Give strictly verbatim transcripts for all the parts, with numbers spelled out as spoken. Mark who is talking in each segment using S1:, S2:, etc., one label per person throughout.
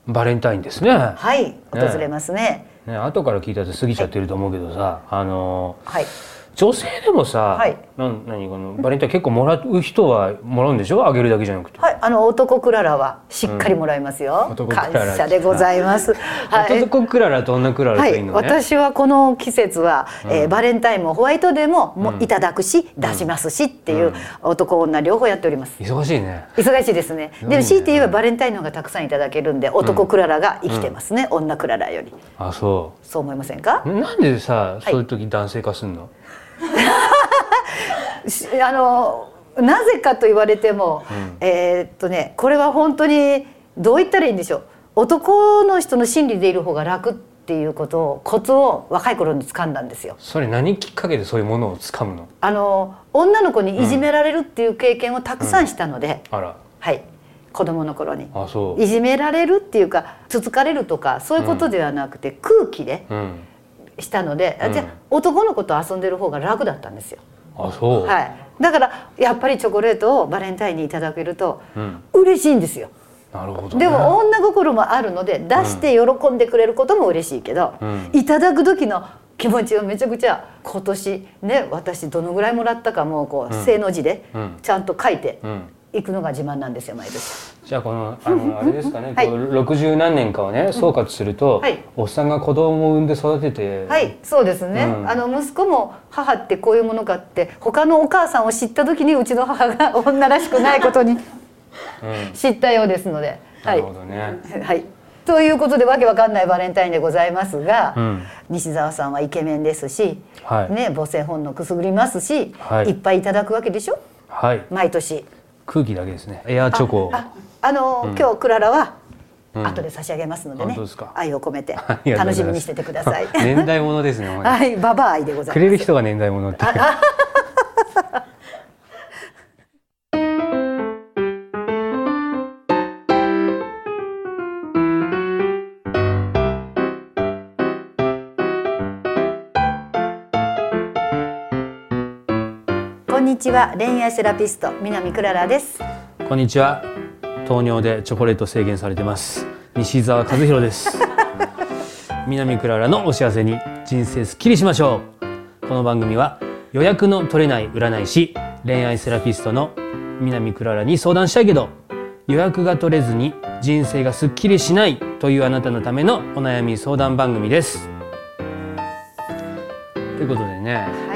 S1: バレンタインですね。
S2: はい、訪れますね。
S1: ね、後から聞いたって過ぎちゃってると思うけどさ、はい、あのー、はい、女性でもさ、はい、な何このバレンタイン結構もらう人はもらうんでしょ？あげるだけじゃなくて。
S2: はい、あの男クララはしっかりもらいますよ。うん、感謝でございます。
S1: はい、男クララと女クララというのね。
S2: はい、私はこの季節は、うん、えー、バレンタインもホワイトデーも、もいただくし、うん、出しますしっていう、うん、男女両方やっております。
S1: 忙しいね。
S2: 忙しいですね。でも強いて言えばバレンタインの方がたくさんいただけるんで、男クララが生きてますね。うん、女クララより。
S1: あ、そう。
S2: そう思いませんか？
S1: なんでさ、そういう時男性化すんの？
S2: あのなぜかと言われても、うん、えー、っとねこれは本当にどう言ったらいいんでしょう。男の人の心理でいる方が楽っていうことをコツを若い頃に掴んだんですよ。
S1: それ何きっかけでそういうものを掴むの？
S2: あの女の子にいじめられるっていう経験をたくさんしたので、うん、あら、はい、子供の頃に
S1: あ、そう
S2: いじめられるっていうかつつかれるとかそういうことではなくて、うん、空気でしたので、うん、じゃあ男の子と遊んでる方が楽だったんですよ。
S1: あ、そう、
S2: はい、だからやっぱりチョコレートをバレンタインにいただけると嬉しいんですよ。
S1: うん、なるほどね。
S2: でも女心もあるので出して喜んでくれることも嬉しいけど、うん、いただく時の気持ちはめちゃくちゃ今年ね私どのぐらいもらったかもこう、うん、正の字でちゃんと書いていくのが自慢なんですよ毎年。
S1: じゃあこの あのあれですかね、はい、こうろくじゅう何年かをね総括すると、はい、おっさんが子供を産んで育てて、
S2: はい、そうですね、うん、あの息子も母ってこういうものかって他のお母さんを知った時にうちの母が女らしくないことに、うん、知ったようですので、はい、なるほどね、はい、ということでわけわかんないバレンタインでございますが、うん、西澤さんはイケメンですし、はい、ね、母性本能くすぐりますし、はい、いっぱいいただくわけでしょ、はい、毎年。
S1: 空気だけですね。エアチョコ。
S2: あ、あ、あのーうん、今日クララは後で差し上げますのでね、うん、愛を込めて楽しみにしててください。
S1: 年代物ですね。
S2: はい、ババア愛でございます。
S1: くれる人が年代物って。
S2: こんにちは、恋愛セラピスト南クララです。
S1: こんにちは、糖尿でチョコレート制限されてます西澤和弘です南クララのお幸せに人生すっきりしましょう。この番組は予約の取れない占い師恋愛セラピストの南クララに相談したいけど予約が取れずに人生がすっきりしないというあなたのためのお悩み相談番組です。ということでね、はい、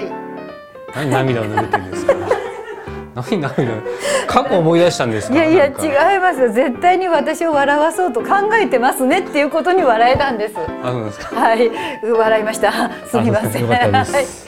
S1: 何涙を拭ってるんですか何涙過去思い出したんですか。
S2: いやいや違いますよ。絶対に私を笑わそうと考えてますねっていうことに笑えたんです。
S1: あ、そうですか。
S2: はい、笑いました。すみません。
S1: よかったです。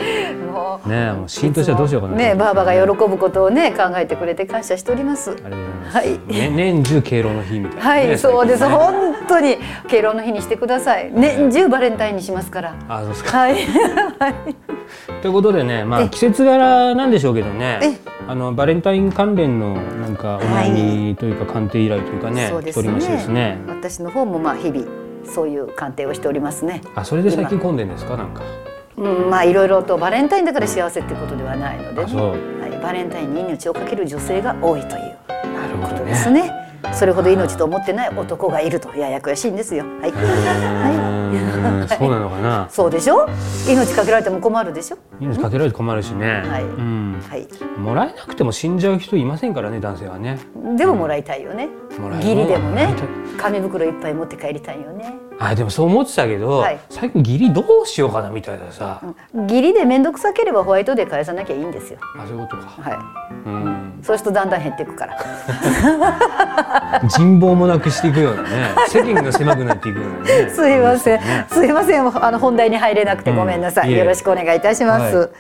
S1: もうね、もうシーンとしてはどうしようかな。
S2: ね、ばあばが喜ぶことをね考えてくれて感謝しております。ありが
S1: とうございます。はい。ね、年中敬老の日みたいな、ね。
S2: はい、そうです。ね、本当に敬老の日にしてください。年中バレンタインにしますから。
S1: あ、そうですか。
S2: はい。はい。
S1: ということでね、まあ季節柄なんでしょうけどね。あのバレンタイン関連のなんかお悩みというか鑑定依頼というかね、はい、来ておりましてですね。
S2: 私の方もまあ日々そういう鑑定をしておりますね。
S1: あ、それで最近混んでんですかなんか。
S2: うん、まあいろいろとバレンタインだから幸せっていうことではないので、ね、はい、バレンタインに命をかける女性が多いということですね。それほど命と思ってない男がいるとややこしいんですよ。はい。
S1: はい。そうなのかな。
S2: そうでしょ。命かけられても困るでしょ。
S1: 命かけられて困るしね。はい。うん。はい。もらえなくても死んじゃう人いませんからね、男性はね。
S2: でももらいたいよね。義理でもね。紙袋いっぱい持って帰りたいよね。
S1: あ、でもそう思ってたけど、はい、最近義理どうしようかなみたいなさ、
S2: うん、義理で面倒くさければホワイトで返さなきゃいいんですよ。
S1: あ、そういうことか。
S2: はい、うん、そうするとだんだん減っていくから
S1: 人望もなくしていくようなね、世間が狭くなっていくようなね
S2: すいません、ね、すいません、あの本題に入れなくてごめんなさい、うん、よろしくお願いいたします。はい、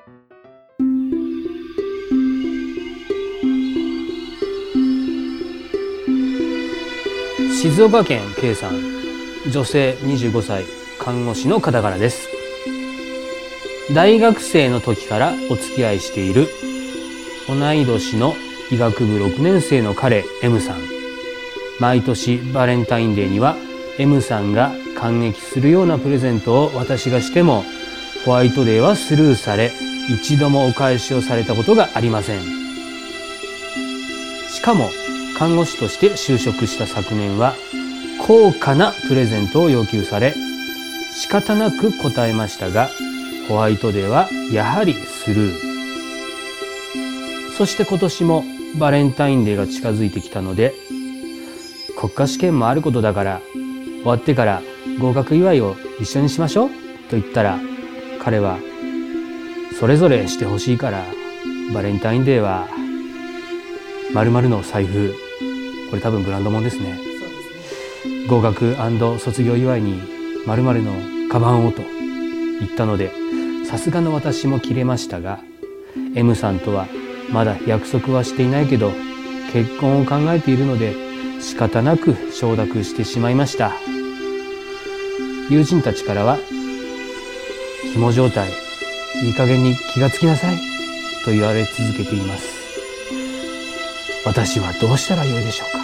S1: 静岡県 K さん、女性にじゅうごさい、看護師の方からです。大学生の時からお付き合いしている同い年の医学部ろくねん生の彼 M さん。毎年バレンタインデーには M さんが感激するようなプレゼントを私がしてもホワイトデーはスルーされ、一度もお返しをされたことがありません。しかも看護師として就職した昨年は高価なプレゼントを要求され、仕方なく答えましたが、ホワイトデーはやはりスルー。そして今年もバレンタインデーが近づいてきたので、国家試験もあることだから終わってから合格祝いを一緒にしましょうと言ったら、彼はそれぞれしてほしいからバレンタインデーは〇〇の財布、これ多分ブランドもんですね。そうですね。合格&卒業祝いに〇〇のカバンをと言ったので、さすがの私も切れましたが、 M さんとはまだ約束はしていないけど結婚を考えているので仕方なく承諾してしまいました。友人たちからは、紐状態、いい加減に気がつきなさいと言われ続けています。私はどうしたらよいでしょうか。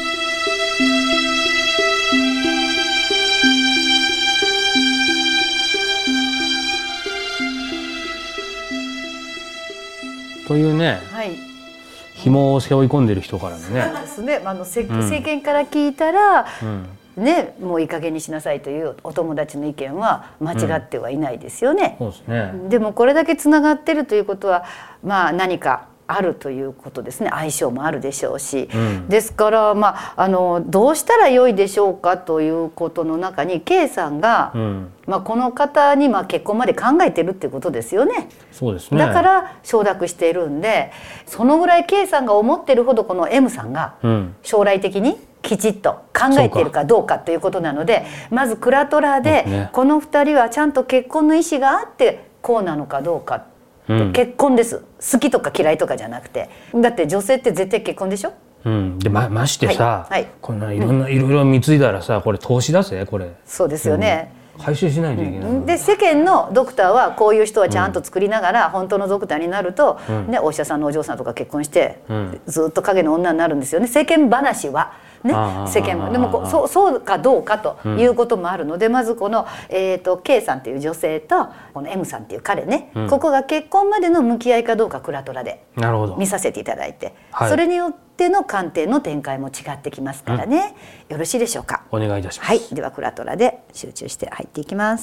S1: というね、はい、紐を背負い込んでる人からのね。
S2: そうですね。あの、世間から聞いたら、うん、ね、もういい加減にしなさいというお友達の意見は間違ってはいないですよね。
S1: うん、そうですね。
S2: でもこれだけつながってるということは、まあ何かあるということですね。相性もあるでしょうし、うん、ですから、まあ、あのどうしたらよいでしょうかということの中に K さんが、うん、まあ、この方にまあ結婚まで考えてるっていうことですよね。
S1: そうですね。
S2: だから承諾しているんで、そのぐらい K さんが思ってるほどこの M さんが将来的にきちっと考えているかどうかということなので、まずクラトラでこのふたりはちゃんと結婚の意思があってこうなのかどうか。うん、結婚です。好きとか嫌いとかじゃなくて、だって女性って絶対結婚でしょ。
S1: うん、で ま, ましてさ、はいはい、こんないろんな、うん、いろいろ貢いだらさ、これ投資だぜこれ。
S2: そうですよね。
S1: うん、回収しないといけない。うん、
S2: で世間のドクターはこういう人はちゃんと作りながら、うん、本当のドクターになると、うん、ね、お医者さんのお嬢さんとか結婚して、うん、ずっと影の女になるんですよね。世間話は。ね、世間もでもこ そ, そうかどうかということもあるので、うん、まずこの、えー、と K さんっていう女性とこの M さんっていう彼ね、うん、ここが結婚までの向き合いかどうかクラトラで見させていただいて、はい、それによっての鑑定の展開も違ってきますからね、うん、よろしいでしょうか。
S1: お願いいたします。
S2: はい、ではクラトラで集中して入っていきます。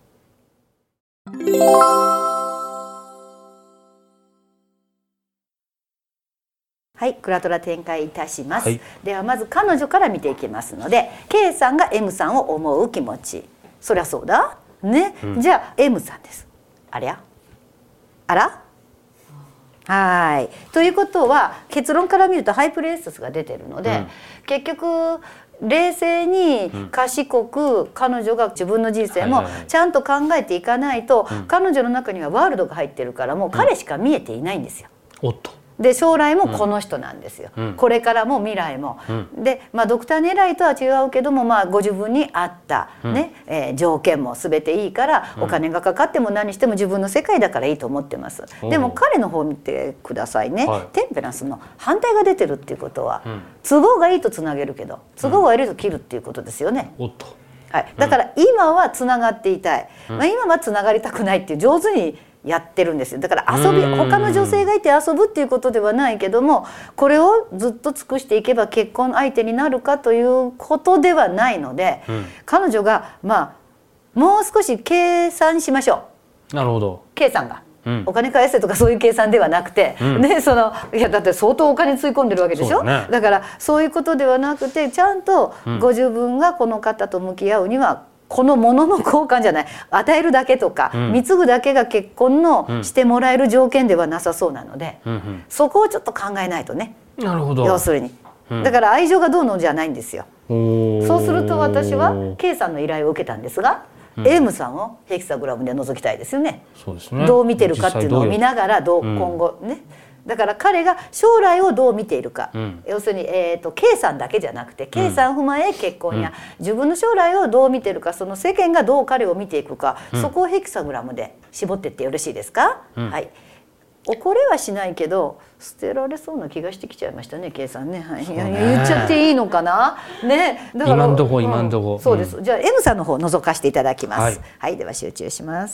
S2: はい、クラトラ展開いたします、はい、ではまず彼女から見ていきますので、 K さんが M さんを思う気持ち、そりゃそうだね、うん、じゃあ M さんです。ありゃあらはい。ということは結論から見るとハイプレイススが出てるので、うん、結局冷静に賢く彼女が自分の人生もちゃんと考えていかないと、彼女の中にはワールドが入ってるからもう彼しか見えていないんですよ。
S1: おっと。
S2: で将来もこの人なんですよ、うん、これからも未来も、うん、で、まあ、ドクター狙いとは違うけども、まあ、ご自分に合った、ね、うん、えー、条件も全ていいから、うん、お金がかかっても何しても自分の世界だからいいと思ってます。でも彼の方見てくださいね、はい、テンペランスの反対が出てるっていうことは、うん、都合がいいとつなげるけど都合が悪いと切るっていうことですよね、うん、おっと、はい、だから今はつながっていたい、うん、まあ、今はつながりたくないっていう上手にやってるんですよ。だから遊び、他の女性がいて遊ぶっていうことではないけども、これをずっと尽くしていけば結婚相手になるかということではないので、うん、彼女がまあもう少し計算しましょ
S1: う。なるほど。
S2: 計算が、うん、お金返せとかそういう計算ではなくて、うん、でそのいやだって相当お金つい込んでるわけでしょ。だね、だからそういうことではなくて、ちゃんとご自分がこの方と向き合うには、このものの交換じゃない、与えるだけとか、うん、貢ぐだけが結婚のしてもらえる条件ではなさそうなので、うんうん、そこをちょっと考えないとね。
S1: なるほど。
S2: 要するに、うん、だから愛情がどうのじゃないんですよ。そうすると私は K さんの依頼を受けたんですが、うん、M さんをヘキサグラムで覗きたいですよね。
S1: そうですね。
S2: どう見てるかっていうのを見ながら、どう今後ね、うん、だから彼が将来をどう見ているか、うん、要するに、えーと、K さんだけじゃなくて K さん踏まえ結婚や、うん、自分の将来をどう見ているか、その世間がどう彼を見ていくか、うん、そこをヘキサグラムで絞っていってよろしいですか、うん、はい。怒れはしないけど捨てられそうな気がしてきちゃいましたね、K さんね。はい、いや言っちゃっていいのかなね。だから
S1: 今んとこ今んとこ、うん、
S2: そうです。じゃあ M さんの方覗かせていただきます。はい、はい、では集中します。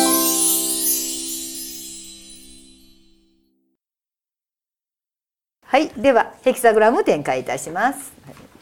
S2: ははい、ではヘキサグラム展開いたします。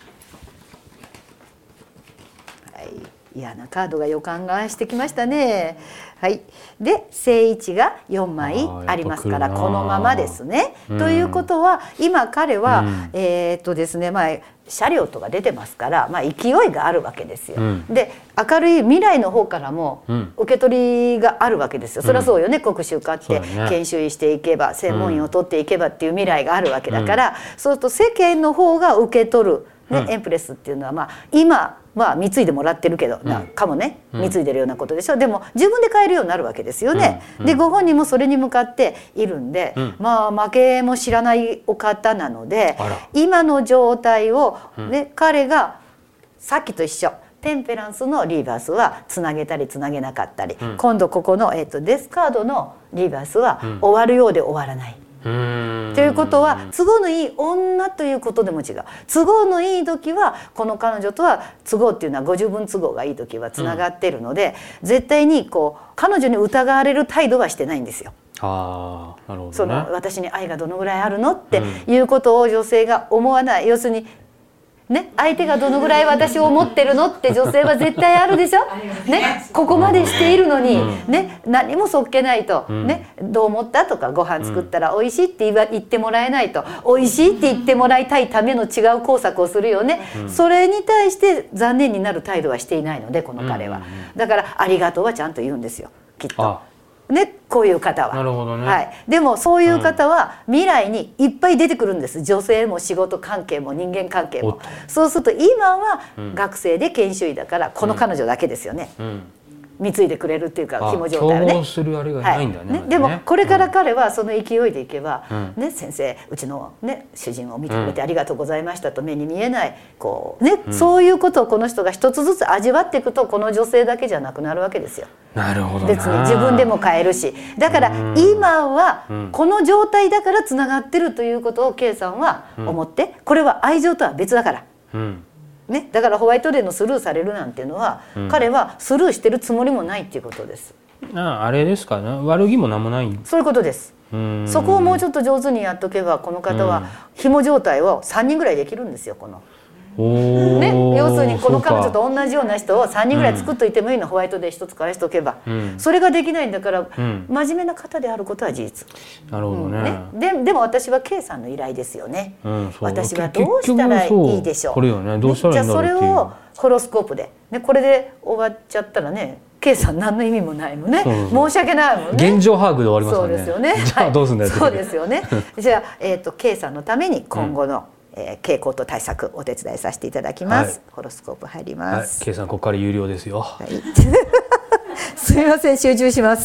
S2: はい、嫌なカードが予感がしてきましたね。はい、で正位置がよんまいありますからこのままですね。うん、ということは今彼は、うん、えー、っとですね、まあ車両とか出てますから、まあ、勢いがあるわけですよ。うん、で明るい未来の方からも受け取りがあるわけですよ。そりゃそうよね、国修化って研修医していけば専門医を取っていけばっていう未来があるわけだから、うん、そうすると世間の方が受け取る、ね、うん、エンプレスっていうのは、まあ、今は貢いでもらってるけど、うん、かもね貢いでるようなことでしょ。でも自分で買えるようになるわけですよね。うん、でご本人もそれに向かっているんで、うん、まあ負けも知らないお方なので今の状態を、ね、うん、彼がさっきと一緒テンペランスのリーバースはつなげたりつなげなかったり、うん、今度ここの、えーと、デスカードのリーバースは終わるようで終わらない。ということは都合のいい女ということでも違う。都合のいい時はこの彼女とは都合っていうのはご自分都合がいい時はつながってるので、うん、絶対にこう彼女に疑われる態度はしてないんですよ。
S1: あー、なるほどね。
S2: その私に愛がどのぐらいあるのっていうことを女性が思わない。要するにね、相手がどのぐらい私を思ってるのって女性は絶対あるでしょ、ね、ここまでしているのに、ね、何もそっけないと、ね、どう思ったとかご飯作ったら美味しいって言わ言ってもらえないと美味しいって言ってもらいたいための違う工作をするよね、うん、それに対して残念になる態度はしていないのでこの彼は、だからありがとうはちゃんと言うんですよきっと。ね、こういう方は。
S1: なるほどね。
S2: はい、でもそういう方は未来にいっぱい出てくるんです。女性も仕事関係も人間関係も。そうすると今は学生で研修医だからこの彼女だけですよね。うんうん、貢いでくれるっていうか紐状態をね。
S1: 競合するあれがないんだね。
S2: はい、ね、でもこれから彼はその勢いでいけば、うん、ね、先生うちの、ね、主人を見てくれてありがとうございましたと目に見えないこう、ね、うん、そういうことをこの人が一つずつ味わっていくとこの女性だけじゃなくなるわけですよ。
S1: なるほど。
S2: 別に自分でも買えるし、だから今はこの状態だからつながってるということを K さんは思って、これは愛情とは別だから。うんね、だからホワイトデーのスルーされるなんていうのは、うん、彼はスルーしてるつもりもないっていうことです。
S1: ああ、あれですかね、悪気も何もない。
S2: そういうことです。そこをもうちょっと上手にやっとけばこの方は紐状態をさんにんぐらいできるんですよ。このね、要するにこの彼女と同じような人をさんにんぐらい作っといてもいいの、うん、ホワイトデーひとつ返しておけば、うん、それができないんだから、うん、真面目な方であることは事実。
S1: なるほどね。
S2: うん、ね、で, でも私は K さんの依頼ですよね。うん、私はどうしたらいいでしょう。
S1: これよね、どうしたらいいんだろうっていう。
S2: じゃあそれをホロスコープで、ね、これで終わっちゃったらね、K さん何の意味もないもんね。そうそうそう、申し訳ないもんね。
S1: 現状把握で終わりますよね。
S2: そうですよね。
S1: じゃあどうすんだよ。
S2: そうですよね。じゃあ、えーと、K さんのために今後の、うん、えー、傾向と対策お手伝いさせていただきます。はい、ホロスコープ入ります。
S1: はい、K さんここから有料ですよ。はい、
S2: すみません、集中します。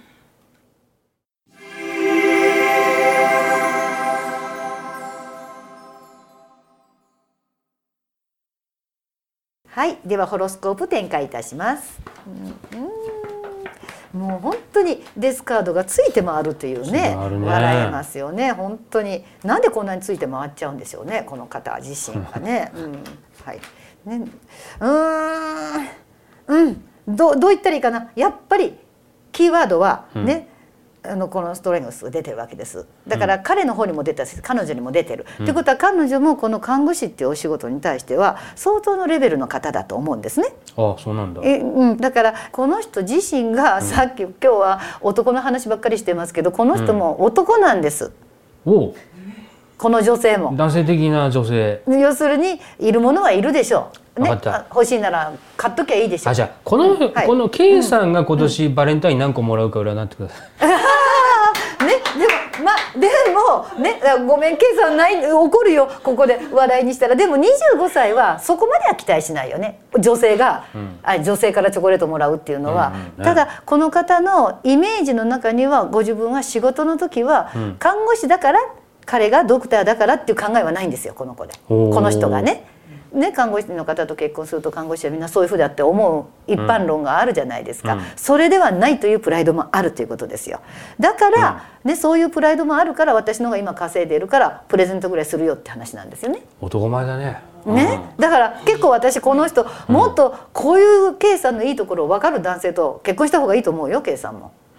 S2: はい、ではホロスコープ展開いたします。うん、うん、もう本当にデスカードがついて回るというね、笑えますよね。本当になんでこんなについて回っちゃうんでしょうね、この方自身がね。うん、はい、ね、うーん、うん、ど, どう言ったらいいかな。やっぱりキーワードはね、うん、あのこのストレングスが出てるわけです。だから彼の方にも出たし彼女にも出てる。と、うん、いうことは彼女もこの看護師っていうお仕事に対しては相当のレベルの方だと思うんですね。
S1: ああ、そうなんだ。
S2: え、うん、だからこの人自身がさっき、うん、今日は男の話ばっかりしてますけどこの人も男なんです。うん、おう、この女性も
S1: 男性的な女性。
S2: 要するにいるものはいるでしょう、ね、欲しいなら買っときゃいいでしょう。
S1: あ、じゃあこの、うん、はい、この K さんが今年バレンタイン何個もらうか占ってください。
S2: ね、でもまあでもね、ごめん K さんない怒るよここで笑いにしたら。でもにじゅうごさいはそこまでは期待しないよね、女性が、うん、あ、女性からチョコレートもらうっていうのは、うんうんね、ただこの方のイメージの中にはご自分は仕事の時は、うん、看護師だから彼がドクターだからっていう考えはないんですよ、この子で。この人がねね、看護師の方と結婚すると看護師はみんなそういうふうだって思う一般論があるじゃないですか、うん、それではないというプライドもあるということですよ。だから、うん、ね、そういうプライドもあるから私の方が今稼いでいるからプレゼントぐらいするよって話なんですよね。
S1: 男前だね。
S2: ね、うん、だから結構私この人、うん、もっとこういう K さんのいいところを分かる男性と結婚した方がいいと思うよ K さんも。うん、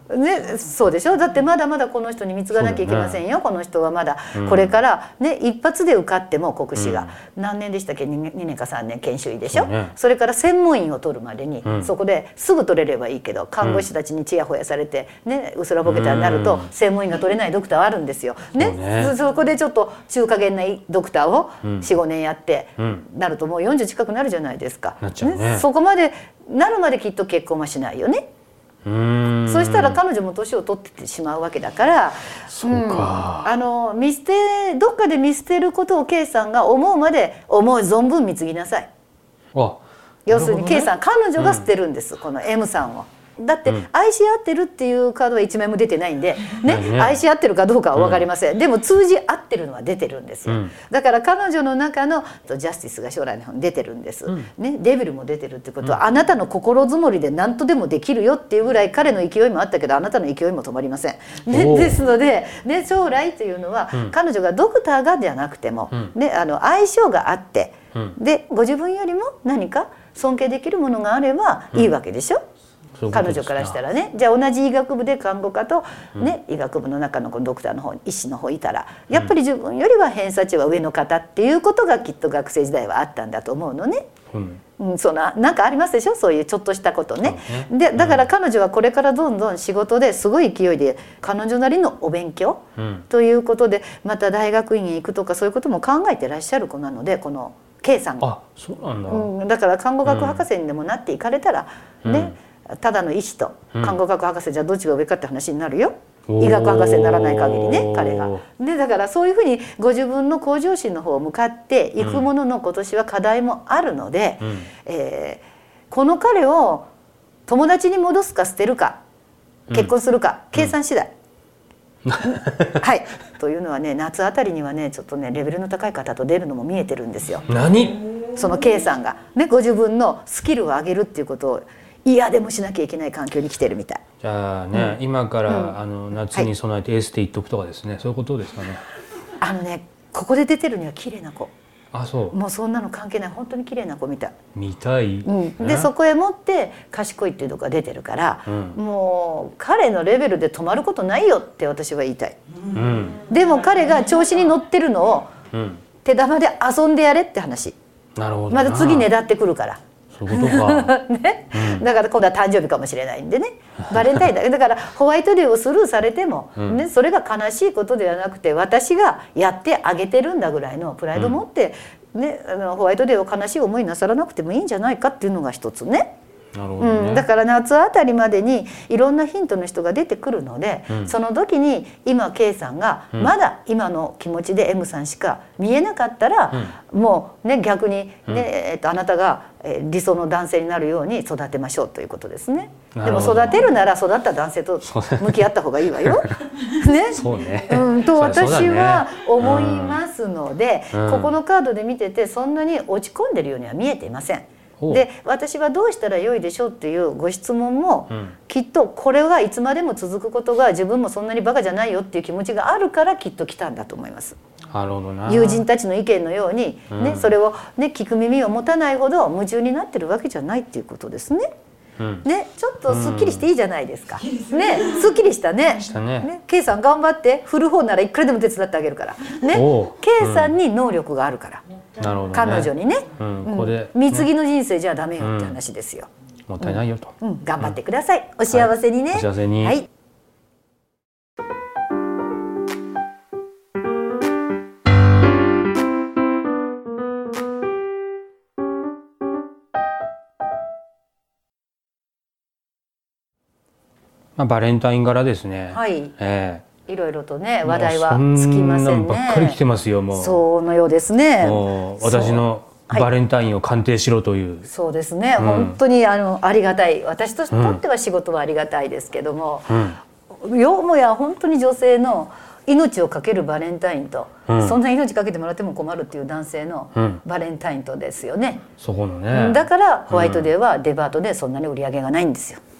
S2: ね、そうでしょ。だってまだまだこの人に貢がなきゃいけませんよ、ね、この人はまだこれからね、うん、一発で受かっても国試が、うん、何年でしたっけ、にねんかさんねん研修医でしょ。 そ,、ね、それから専門医を取るまでに、うん、そこですぐ取れればいいけど看護師たちにちやほやされて、ね、うすらぼけたになると、うん、専門医が取れないドクターはあるんですよ、ねね、そ, そこでちょっと中華げんなドクターを よん,ご 年やって、うん、なるともうよんじゅう近くなるじゃないですか、ねね、そこまでなるまできっと結婚はしないよね。うーん、そしたら彼女も年を取ってしまうわけだから、
S1: そうか、
S2: うん、あの見捨てどっかで見捨てることを K さんが思うまで思う存分貢ぎなさい。あ、要するに K さん、彼女が捨てるんです、うん、この M さんを。だって愛し合ってるっていうカードは一枚も出てないんで、ねね、愛し合ってるかどうかは分かりません、うん、でも通じ合ってるのは出てるんですよ、うん、だから彼女の中のジャスティスが将来の方に出てるんです、うん、ね、デビルも出てるってことは、うん、あなたの心づもりで何とでもできるよっていうぐらい彼の勢いもあったけどあなたの勢いも止まりません、ね、ですので、ね、将来というのは、うん、彼女がドクターがじゃなくても、うん、ね、あの相性があって、うん、でご自分よりも何か尊敬できるものがあればいいわけでしょ、うん、彼女からしたらね。じゃあ同じ医学部で看護科と、ね、うん、医学部の中のこのドクターの方に医師の方いたらやっぱり自分よりは偏差値は上の方っていうことがきっと学生時代はあったんだと思うのね、うんうん、そのなんかありますでしょ、そういうちょっとしたことね、うん、でだから彼女はこれからどんどん仕事ですごい勢いで彼女なりのお勉強、うん、ということでまた大学院へ行くとかそういうことも考えてらっしゃる子なので、この K さんが。
S1: あ、そうなんだ、うん、
S2: だから看護学博士にでもなっていかれたら、うん、ね、ただの医師と看護学博士じゃどっちが上かって話になるよ、うん、医学博士にならない限りね、彼が。でだからそういうふうにご自分の向上心の方を向かっていくものの今年は課題もあるので、うん、えー、この彼を友達に戻すか捨てるか結婚するか、うん、計算次第、うん、はいというのはね、夏あたりにはねちょっとねレベルの高い方と出るのも見えてるんですよ。
S1: 何？
S2: その K さんが、ね、ご自分のスキルを上げるっていうことを嫌でもしなきゃいけない環境に来てるみたい。
S1: じゃあね、うん、今から、うん、あの夏に備えてエステ行っとくとかですね、はい、そういうことですかね。
S2: あのね、ここで出てるには綺麗な子。
S1: あ、そう。
S2: もうそんなの関係ない、本当に綺麗な子みたい。
S1: 見たい。
S2: うん、でそこへ持って賢いっていうとこが出てるから、うん、もう彼のレベルで止まることないよって私は言いたい。うん、でも彼が調子に乗ってるのを、うん、手玉で遊んでやれって話。
S1: なるほど。
S2: まだ次ねだってくるから。
S1: そういうことか。
S2: ね、うん、だから今度は誕生日かもしれないんでね、バレンタインだだからホワイトデーをスルーされても、うん、ね、それが悲しいことではなくて私がやってあげてるんだぐらいのプライドを持って、うん、ね、あのホワイトデーを悲しい思いなさらなくてもいいんじゃないかっていうのが一つね。なるほどね。うん、だから夏あたりまでにいろんなヒントの人が出てくるので、うん、その時に今 K さんがまだ今の気持ちで M さんしか見えなかったら、うん、もうね逆にね、うん、えっとあなたが理想の男性になるように育てましょうということですね。でも育てるなら育った男性と向き合った方がいいわよ。ね。そうね。うんと私は思いますので、うん、ここのカードで見ててそんなに落ち込んでるようには見えていません。で私はどうしたらよいでしょうっていうご質問も、うん、きっとこれがいつまでも続くことが自分もそんなにバカじゃないよっていう気持ちがあるからきっと来たんだと思います。
S1: なるほどな。
S2: 友人たちの意見のように、ね、うん、それを、ね、聞く耳を持たないほど夢中になってるわけじゃないっていうことですね。うん、ね、ちょっとすっきりしていいじゃないですか。うん、ね、すっきりしたね。したね。ね、K さん頑張って振る方ならいくらでも手伝ってあげるから。ね、K さんに能力があるから。なるほどね、彼女にね、うん、ここで貢ぎの人生じゃダメよって話ですよ。
S1: うん、もったいないよと、
S2: うんうん、頑張ってください。お幸せにね。はい、
S1: お幸せに。はい。まあバレンタイン柄ですね。はい。えー
S2: いろいろとね話題はつきませんね。
S1: ばっかり来てますよ。もう
S2: そのようですね。
S1: もう私のバレンタインを鑑定しろという。はい、
S2: そうですね。うん、本当にあのありがたい。私とっては仕事はありがたいですけども、うん、よもや本当に女性の命をかけるバレンタインと、うん、そんな命かけてもらっても困るっていう男性のバレンタインとですよね。
S1: そこのね。
S2: だからホワイトデーはデパートでそんなに売り上げがないんですよ。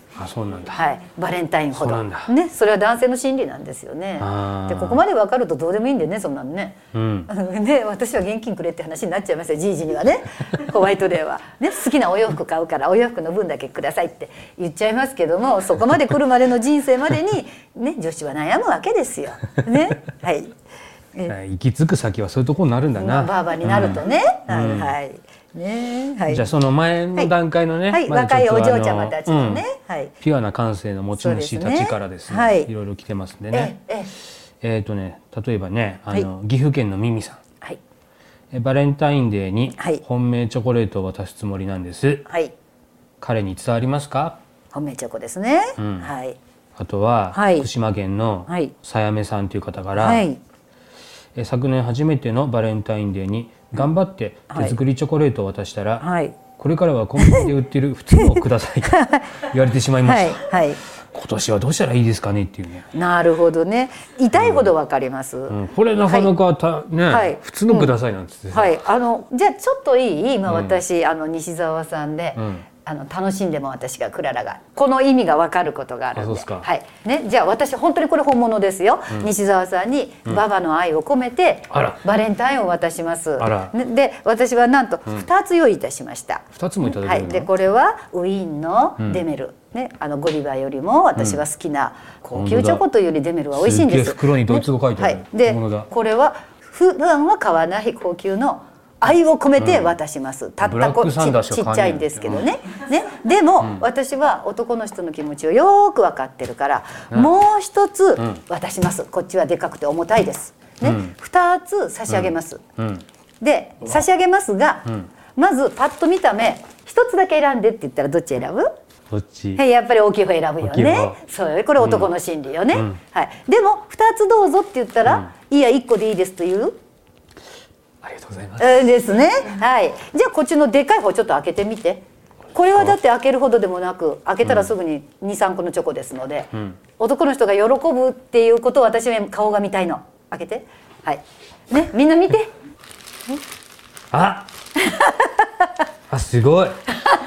S1: あ、そうなんだ。
S2: はい、バレンタインほど。
S1: そうなんだ。
S2: ね、それは男性の心理なんですよね。で、ここまで分かるとどうでもいいんでね、そんなのね。うん、で、私は現金くれって話になっちゃいますよ、じいじにはね。ホワイトデーは、ね、好きなお洋服買うからお洋服の分だけくださいって言っちゃいますけども、そこまで来るまでの人生までにね、女子は悩むわけですよ。ね、はい。
S1: 行き着く先はそういうところになるんだな。
S2: バーバーになるとね、うん、はい。ね、はい、
S1: じゃあその前の段階のね、
S2: はいはい、若いお嬢ちゃまたちのね、
S1: うん、はい、ピュアな感性の持ち主たちからですね、はい、いろいろ来てますんでね。えええーとね、例えばね、あの、はい、岐阜県のミミさん、はい、えバレンタインデーに本命チョコレートを渡すつもりなんです。はい、彼に伝わりますか？
S2: 本命チョコですね。うん、
S1: はい。あとは、はい、福島県のさやめさんという方から、はい、え昨年初めてのバレンタインデーに頑張って手作りチョコレートを渡したら、はい、これからはコンビニで売っている普通のをくださいと言われてしまいました。はいはい、今年はどうしたらいいですかねっていうね。
S2: なるほどね。痛いほどわかります。
S1: うんうん、これなかなかた、はい、ね、はい、普通のくださいなんつって、うん、
S2: はい、あのじゃあちょっといい、今私、うん、あの西澤さんで。うん、あの楽しんでも私がクララがこの意味が分かることがあるんで、はいね、じゃあ私本当にこれ本物ですよ、うん、西澤さんにババの愛を込めてバレンタインを渡します。で私はなんとふたつ用意いたしました。
S1: ふたつもいただけるの、
S2: はい、でこれはウィーンのデメル、うん、ね、あのゴディバよりも私が好きな高級チョコというよりデメルは美味しいんです。
S1: 袋にドイツ語書いてある、
S2: ね、はい、でこれは普段は買わない高級の愛を込めて渡します、うん、たったこ ち, ちっちゃいんですけどね、うん、ね、でも、うん、私は男の人の気持ちをよく分かってるから、うん、もう一つ渡します、うん、こっちはでかくて重たいです、ね、うん、ふたつ差し上げます、うん、で差し上げますが、うん、まずパッと見た目ひとつだけ選んでって言ったらどっち選ぶ？
S1: どっち？
S2: やっぱり大きい方選ぶよね。そうこれ男の心理よね、うん、はい、でもふたつどうぞって言ったら、うん、いやいっこでいいですという。
S1: ありがとうございます。
S2: ですね。はい。じゃあこっちのでかい方ちょっと開けてみて。これはだって開けるほどでもなく、開けたらすぐにに、さんこのチョコですので、うん、男の人が喜ぶっていうことを私は顔が見たいの。開けて。はい。ね、みんな見て。
S1: あ。あ、すごい。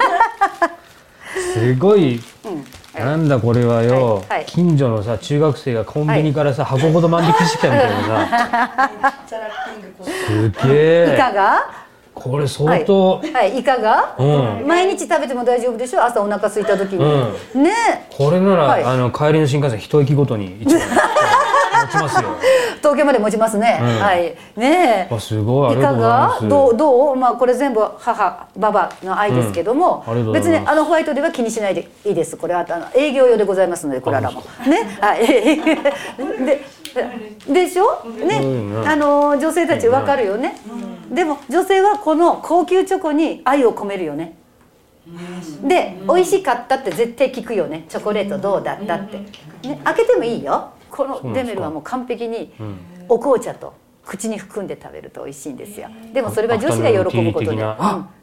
S1: すごい。うん、なんだこれはよ、はいはい、近所のさ中学生がコンビニからさ、はい、箱ごと万引きしてきたみたいなさすげえ。
S2: いかが？
S1: これ相当、
S2: はい、はい、いかが、うん、毎日食べても大丈夫でしょ、朝お腹空いた時に、うん、ね。
S1: これなら、はい、あの帰りの新幹線一駅ごとにいちまい持ちますよ。
S2: 東京まで持ちますね、うん、はいね
S1: え。すごい、ありがとうございます。
S2: いかがどうどう、まあ、これ全部母ババの愛ですけども、うん、別にあのホワイトでは気にしないでいいです。これはあの営業用でございますので、クララもね、はい。ででしょね、うん、あの女性たち分かるよね、うん、でも女性はこの高級チョコに愛を込めるよね。で美味しかったって絶対聞くよね。チョコレートどうだったって、ね、開けてもいいよ。このデメルはもう完璧にお紅茶と口に含んで食べると美味しいんですよ。でもそれは女子が喜ぶことで、うん、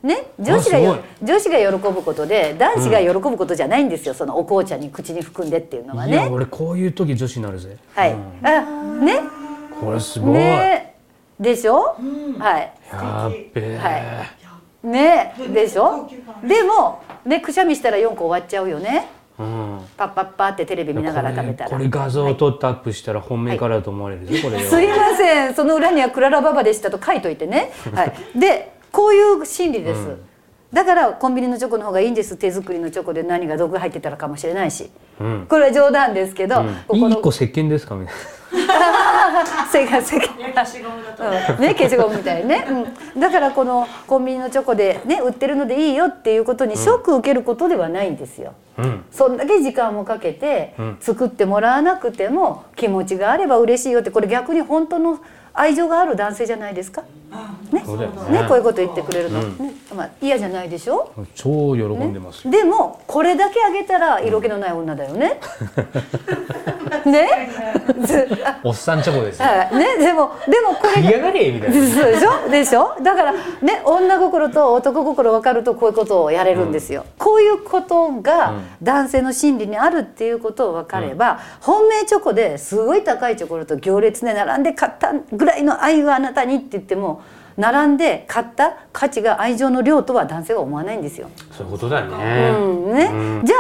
S2: ね、女子がよ女子が喜ぶことで男子が喜ぶことじゃないんですよ、そのお紅茶に口に含んでっていうのはね。い
S1: や俺こういう時女子になるぜ。
S2: はい、うん、あね、
S1: これすごい、
S2: ね、でしょ、うん、はい、
S1: やっべえ、
S2: はいね、でしょ。でもね、くしゃみしたらよんこ終わっちゃうよね。うん、パッパッパってテレビ見ながら食べたら、
S1: これ画像を撮ってアップしたら本命からだと思われる、はい、これ
S2: すいません、その裏にはクララババでしたと書いといてね、はい、でこういう心理です、うん、だからコンビニのチョコの方がいいんです。手作りのチョコで何が毒入ってたらかもしれないし、うん、これは冗談ですけど、うん、ここの
S1: いい子石鹸ですかみたいな
S2: せがせが消しゴムだとね、消しゴムみたいね、うん、だからこのコンビニのチョコでね売ってるのでいいよっていうことにショック受けることではないんですよ、うん、そんだけ時間もかけて作ってもらわなくても気持ちがあれば嬉しいよって、これ逆に本当の愛情がある男性じゃないですか、ね、ね、こういうこと言ってくれるの、うん、ね、まあ、嫌じゃないでしょ。
S1: 超喜んでます、
S2: ね、でもこれだけあげたら色気のない女だよね、うん、ね
S1: おっさんチョコです
S2: ね、はい、ね、でもでもこれ
S1: 嫌がれみたいな
S2: でしょでしょ。だからね、女心と男心分かるとこういうことをやれるんですよ、うん、こういうことが男性の心理にあるっていうことを分かれば、うん、本命チョコですごい高いチョコレート行列で並んで買ったぐらいの愛はあなたにって言っても、並んで買った価値が愛情の量とは男性は思わないんですよ。
S1: そういうことだね、
S2: うんね、うん、じゃあ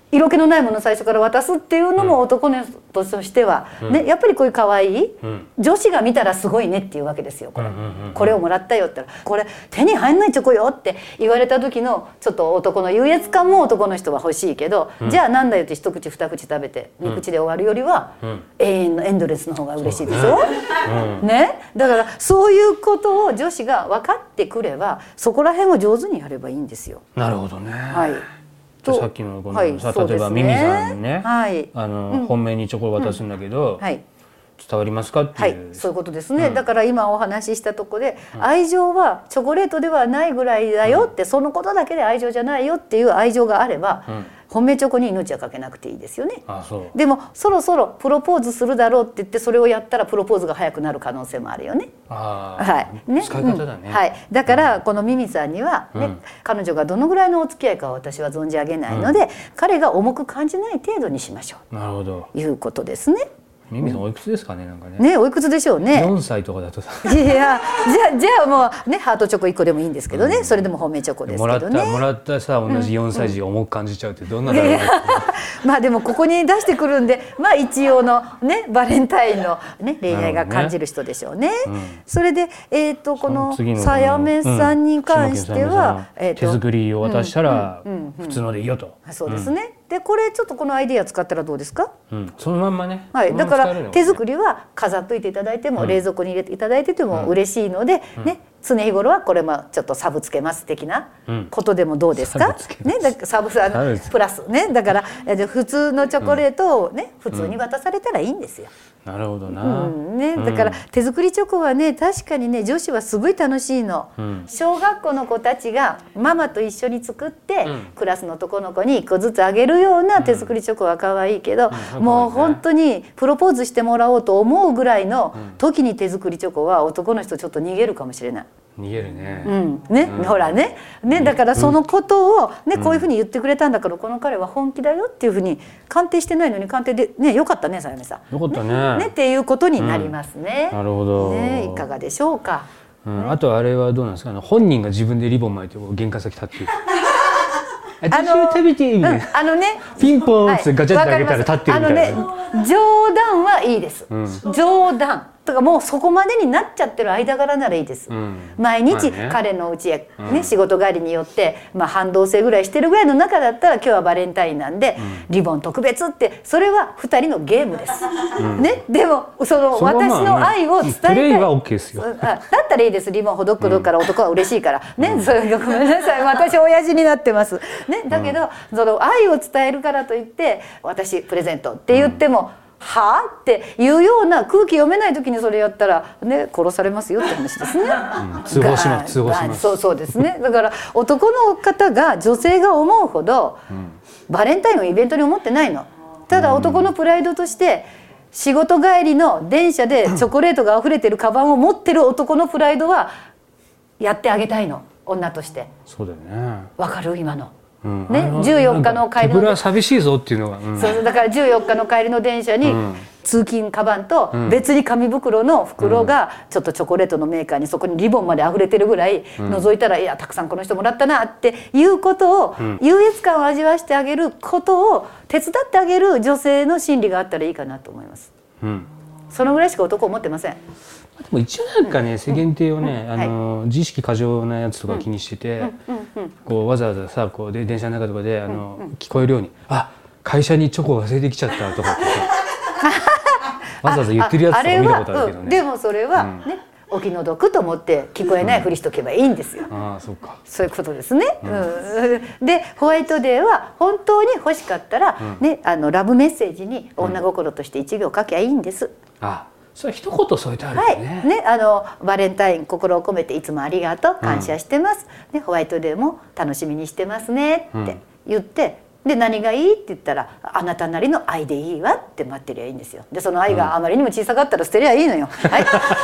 S2: 色気のないものを最初から渡すっていうのも男の人としては、うんね、やっぱりこういう可愛い、うん、女子が見たらすごいねっていうわけですよこれ、うんうんうんうん、これをもらったよって言ったらこれ手に入んないチョコよって言われた時のちょっと男の優越感も男の人は欲しいけど、うん、じゃあなんだよって一口二口食べて二口で終わるよりは、うん、永遠のエンドレスの方が嬉しいでしょ、うん、ね、だからそういうことを女子が分かってくればそこら辺を上手にやればいいんですよ。
S1: なるほどね。
S2: はい、
S1: さっきのこの、はい、さ例えばミミさんね、はい、あの、うん、本命にチョコを渡すんだけど、うんはい、伝わりますかっていう、
S2: はい、そういうことですね、うん、だから今お話ししたとこで、うん、愛情はチョコレートではないぐらいだよって、うん、そのことだけで愛情じゃないよっていう愛情があれば、うん、本命チョコに命はかけなくていいですよね。
S1: あ、そう
S2: でもそろそろプロポーズするだろうって言ってそれをやったらプロポーズが早くなる可能性もあるよね。
S1: あ、
S2: はいね、
S1: 使い方だね、
S2: うんはい、だからこのミミさんには、ねうん、彼女がどのぐらいのお付き合いかは私は存じ上げないので、うん、彼が重く感じない程度にしましょう。
S1: なるほど、
S2: いうことですね。
S1: ミミさんおいくつですかね、なんかね。
S2: ね、おいくつでしょうね。
S1: よんさいとかだとさ。
S2: いや、じゃあじゃあもうねハートチョコいっこでもいいんですけどね、うん、それでも本命チョコですけどね。
S1: もらったもらったさ同じよんさい児が重く感じちゃうってどんなだろうなって。
S2: まあでもここに出してくるんで、まあ一応のねバレンタインのね恋愛が感じる人でしょうね。うん、それでえっ、ー、とこのさやめさんに関しては、
S1: うん、えー、手作りを渡したら普通のでいいよと。
S2: そうですね。でこれちょっとこのアイディア使ったらどうですか、
S1: うん、そのまんまね、
S2: はい、だから手作りは飾っといていただいても、うん、冷蔵庫に入れていただいてても嬉しいので、うん、ね、常日頃はこれもちょっとサブつけます的なことでもどうですか、うん、ね、だサブあのプラスね、だから普通のチョコレートをね、うん、普通に渡されたらいいんですよ。
S1: なるほどな、
S2: うんね、だから手作りチョコはね確かにね女子はすごい楽しいの、うん、小学校の子たちがママと一緒に作って、うん、クラスの男の子にいっこずつあげるような手作りチョコは可愛いけど、うん、もう本当にプロポーズしてもらおうと思うぐらいの時に手作りチョコは男の人ちょっと逃げるかもしれない。
S1: 逃げるね、
S2: うんね、うん、ほらね、ね、だからそのことを、ね、こういうふうに言ってくれたんだから、この彼は本気だよっていうふうに鑑定してないのに鑑定でね、よかったねさやめさん、
S1: よかった ね,
S2: ね, ねっていうことになりますね、
S1: うん、なるほど、
S2: ね、いかがでしょうか、
S1: うんね、あとあれはどうなんですか、本人が自分でリボン巻いて玄関先立っている私を食べていい、うん、
S2: あのね
S1: ピンポンってガチャって開けたら立ってるみたいな、
S2: はい、あのね、冗談はいいです、うん、冗談とかもうそこまでになっちゃってる間柄ならいいです、うん、毎日彼の家へ、ねうん、仕事帰りによって、まあ、半同棲ぐらいしてるぐらいの中だったら今日はバレンタインなんで、うん、リボン特別ってそれはふたりのゲームです、うんね、でもその私の愛を伝えたい、プレイは OK ですよ、だったらいいです、リボンほどくどくから男は嬉しいからね、うん、それごめんなさい私親父になってます、ね、だけど、うん、その愛を伝えるからといって私プレゼントって言っても、うんはあっていうような空気読めない時にそれやったらね殺されますよって話ですね、
S1: うん、通報します通報します、
S2: そうそうですね、だから男の方が女性が思うほど、うん、バレンタインをイベントに思ってないの。ただ男のプライドとして仕事帰りの電車でチョコレートが溢れてるカバンを持ってる男のプライドはやってあげたいの、女として。
S1: そうだよね、わ
S2: かる今の
S1: うん
S2: ね、じゅうよっかの帰りの
S1: 手ぶら寂しいぞっていうのが、うん、
S2: そうだからじゅうよっかの帰りの電車に、うん、通勤カバンと別に紙袋の袋がちょっとチョコレートのメーカーにそこにリボンまで溢れてるぐらい覗いたら、うん、いやたくさんこの人もらったなっていうことを、うん、優越感を味わわせてあげることを手伝ってあげる女性の心理があったらいいかなと思います、うん、そのぐらいしか男思ってません。
S1: でも一応なんかね、うん、世間体をね、うん、あの、はい、自意識過剰なやつとか気にしてて、うん、こうわざわざさこうで電車の中とかであの、うん、聞こえるように「あ会社にチョコ忘れてきちゃった」とかってわざわざ言ってるやつとか見たことあるけどね、うん、で
S2: もそれはね、うん、お気の毒と思って聞こえないふりしとけばいいんですよ、うん、
S1: あそうか、
S2: そういうことですね、うんうん、でホワイトデーは本当に欲しかったら、うんね、あのラブメッセージに女心として一行書きゃいいんです、うん、
S1: あそれ一言添えてあるよね、
S2: はい、ね、あのバレンタイン心を込めていつもありがとう感謝してます、うん、ね、ホワイトデーも楽しみにしてますねって言って、うん、で何がいいって言ったらあなたなりの愛でいいわって待ってりゃいいんですよ。でその愛があまりにも小さかったら捨てりゃいいのよ、はい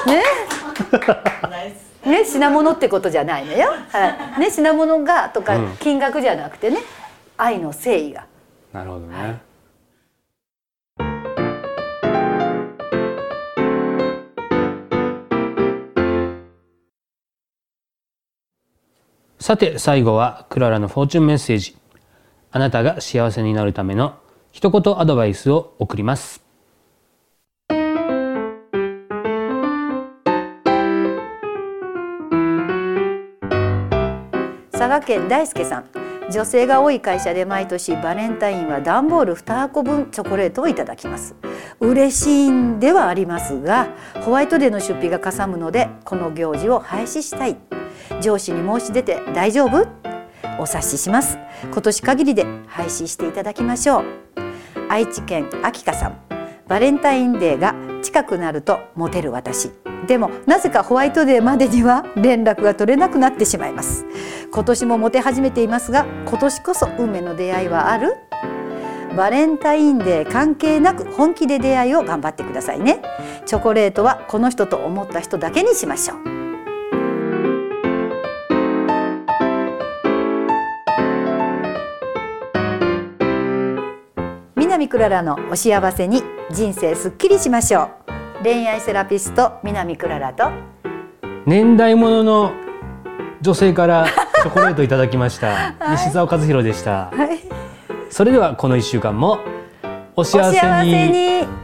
S2: ねね、品物ってことじゃないのよ、はいね、品物がとか金額じゃなくてね、うん、愛の誠意が。
S1: なるほどね、はい、さて最後はクララのフォーチュンメッセージ。 あなたが幸せになるための一言アドバイスを送ります。
S2: 佐賀県大輔さん、女性が多い会社で毎年バレンタインは段ボールにはこぶんチョコレートをいただきます。嬉しいんではありますが、ホワイトデーの出費がかさむのでこの行事を廃止したい。上司に申し出て大丈夫？お察しします。今年限りで廃止していただきましょう。愛知県あきかさん、バレンタインデーが近くなるとモテる私。でもなぜかホワイトデーまでには連絡が取れなくなってしまいます。今年もモテ始めていますが、今年こそ運命の出会いはある？バレンタインデー関係なく本気で出会いを頑張ってくださいね。チョコレートはこの人と思った人だけにしましょう。南クララのお幸せに人生すっきりしましょう。恋愛セラピスト南クララと
S1: 年代物の女性からチョコレートいただきました、はい、西澤和弘でした、はい、それではこのいっしゅうかんもお幸せに。